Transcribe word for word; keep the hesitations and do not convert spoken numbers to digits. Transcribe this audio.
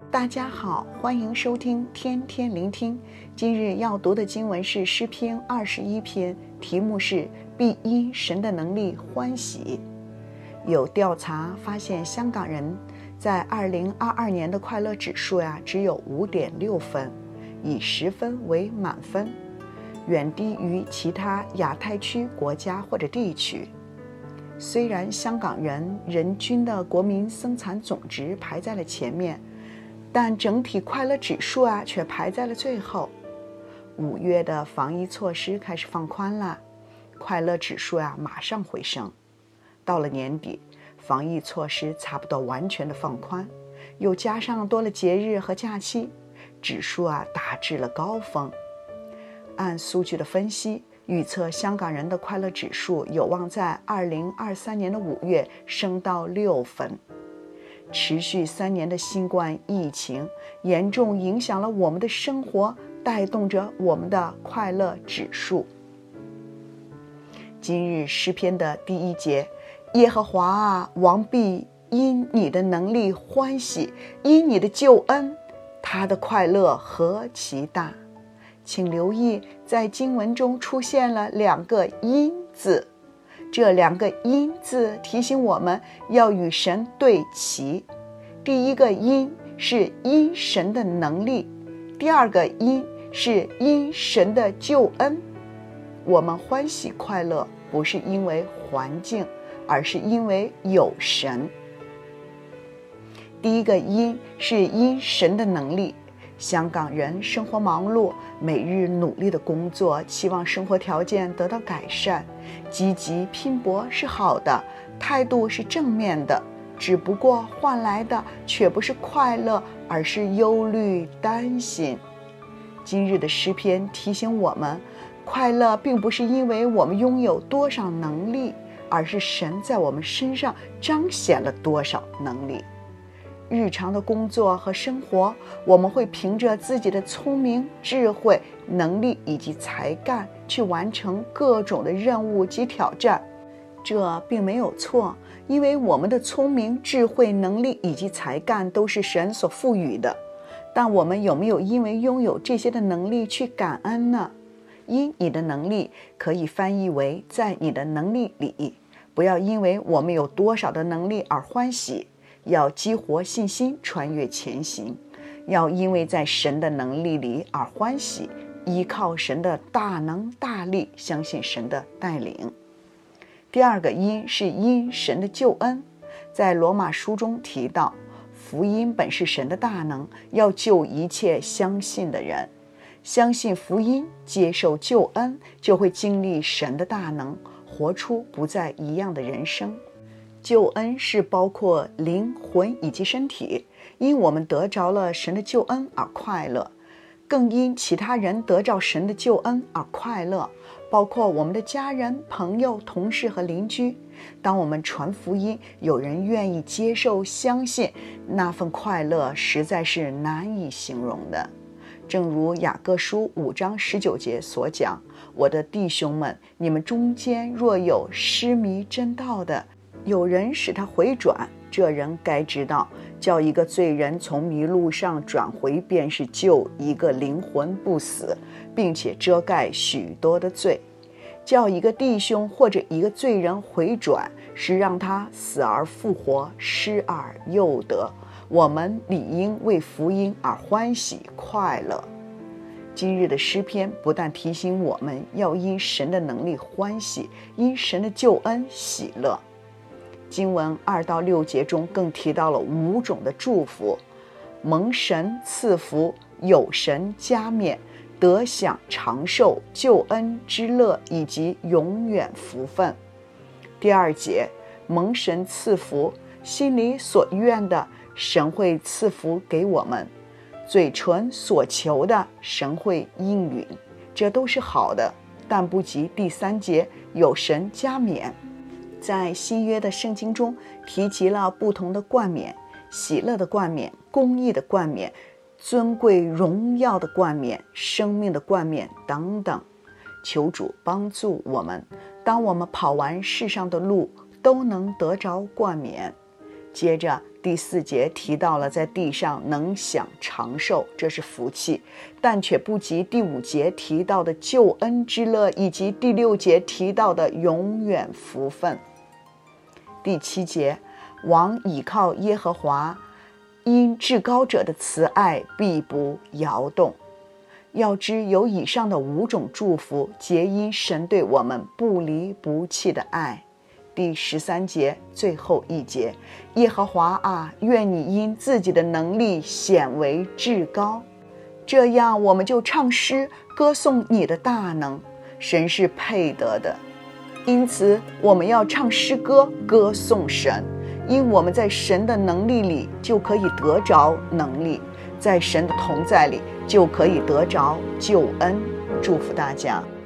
大家好，欢迎收听天天聆听。今日要读的经文是诗篇二十一篇，题目是必因神的能力欢喜。有调查发现，香港人在二零二二年的快乐指数呀、啊、只有 五点六 分，以十分为满分，远低于其他亚太区国家或者地区。虽然香港人人均的国民生产总值排在了前面，但整体快乐指数啊却排在了最后。五月的防疫措施开始放宽了，快乐指数啊马上回升。到了年底，防疫措施差不多完全的放宽，又加上多了节日和假期，指数啊达至了高峰。按数据的分析，预测香港人的快乐指数有望在二零二三年的五月升到六分。持续三年的新冠疫情严重影响了我们的生活，带动着我们的快乐指数。今日诗篇的第一节，耶和华啊，王必因你的能力欢喜，因你的救恩，他的快乐何其大。请留意，在经文中出现了两个因字，这两个因字提醒我们要与神对齐。第一个因是因神的能力，第二个因是因神的救恩。我们欢喜快乐不是因为环境，而是因为有神。第一个因是因神的能力。香港人生活忙碌，每日努力的工作，期望生活条件得到改善，积极拼搏是好的，态度是正面的，只不过换来的却不是快乐，而是忧虑担心。今日的诗篇提醒我们，快乐并不是因为我们拥有多少能力，而是神在我们身上彰显了多少能力。日常的工作和生活，我们会凭着自己的聪明、智慧、能力以及才干去完成各种的任务及挑战。这并没有错，因为我们的聪明、智慧、能力以及才干都是神所赋予的。但我们有没有因为拥有这些的能力去感恩呢？因你的能力可以翻译为在你的能力里，不要因为我们有多少的能力而欢喜，要激活信心，穿越前行，要因为在神的能力里而欢喜，依靠神的大能大力，相信神的带领。第二个因是因神的救恩。在罗马书中提到，福音本是神的大能，要救一切相信的人。相信福音，接受救恩，就会经历神的大能，活出不再一样的人生。救恩是包括灵魂以及身体，因我们得着了神的救恩而快乐，更因其他人得着神的救恩而快乐，包括我们的家人、朋友、同事和邻居。当我们传福音，有人愿意接受、相信，那份快乐实在是难以形容的。正如雅各书五章十九节所讲，我的弟兄们，你们中间若有失迷真道的，有人使他回转，这人该知道，叫一个罪人从迷路上转回，便是救一个灵魂不死，并且遮盖许多的罪。叫一个弟兄或者一个罪人回转，是让他死而复活，失而又得。我们理应为福音而欢喜快乐。今日的诗篇不但提醒我们要因神的能力欢喜，因神的救恩喜乐。经文二到六节中更提到了五种的祝福：蒙神赐福，有神加冕，得享长寿，救恩之乐以及永远福分。第二节，蒙神赐福，心里所愿的神会赐福给我们，嘴唇所求的神会应允，这都是好的，但不及第三节有神加冕。在新约的圣经中提及了不同的冠冕，喜乐的冠冕，公义的冠冕，尊贵荣耀的冠冕，生命的冠冕等等。求主帮助我们，当我们跑完世上的路，都能得着冠冕。接着第四节提到了在地上能享长寿，这是福气，但却不及第五节提到的救恩之乐，以及第六节提到的永远福分。第七节，王倚靠耶和华，因至高者的慈爱必不摇动。要知有以上的五种祝福，皆因神对我们不离不弃的爱。第十三节最后一节，耶和华啊，愿你因自己的能力显为至高。这样我们就唱诗歌颂你的大能，神是配得的。因此我们要唱诗歌歌颂神，因我们在神的能力里就可以得着能力，在神的同在里就可以得着救恩。祝福大家。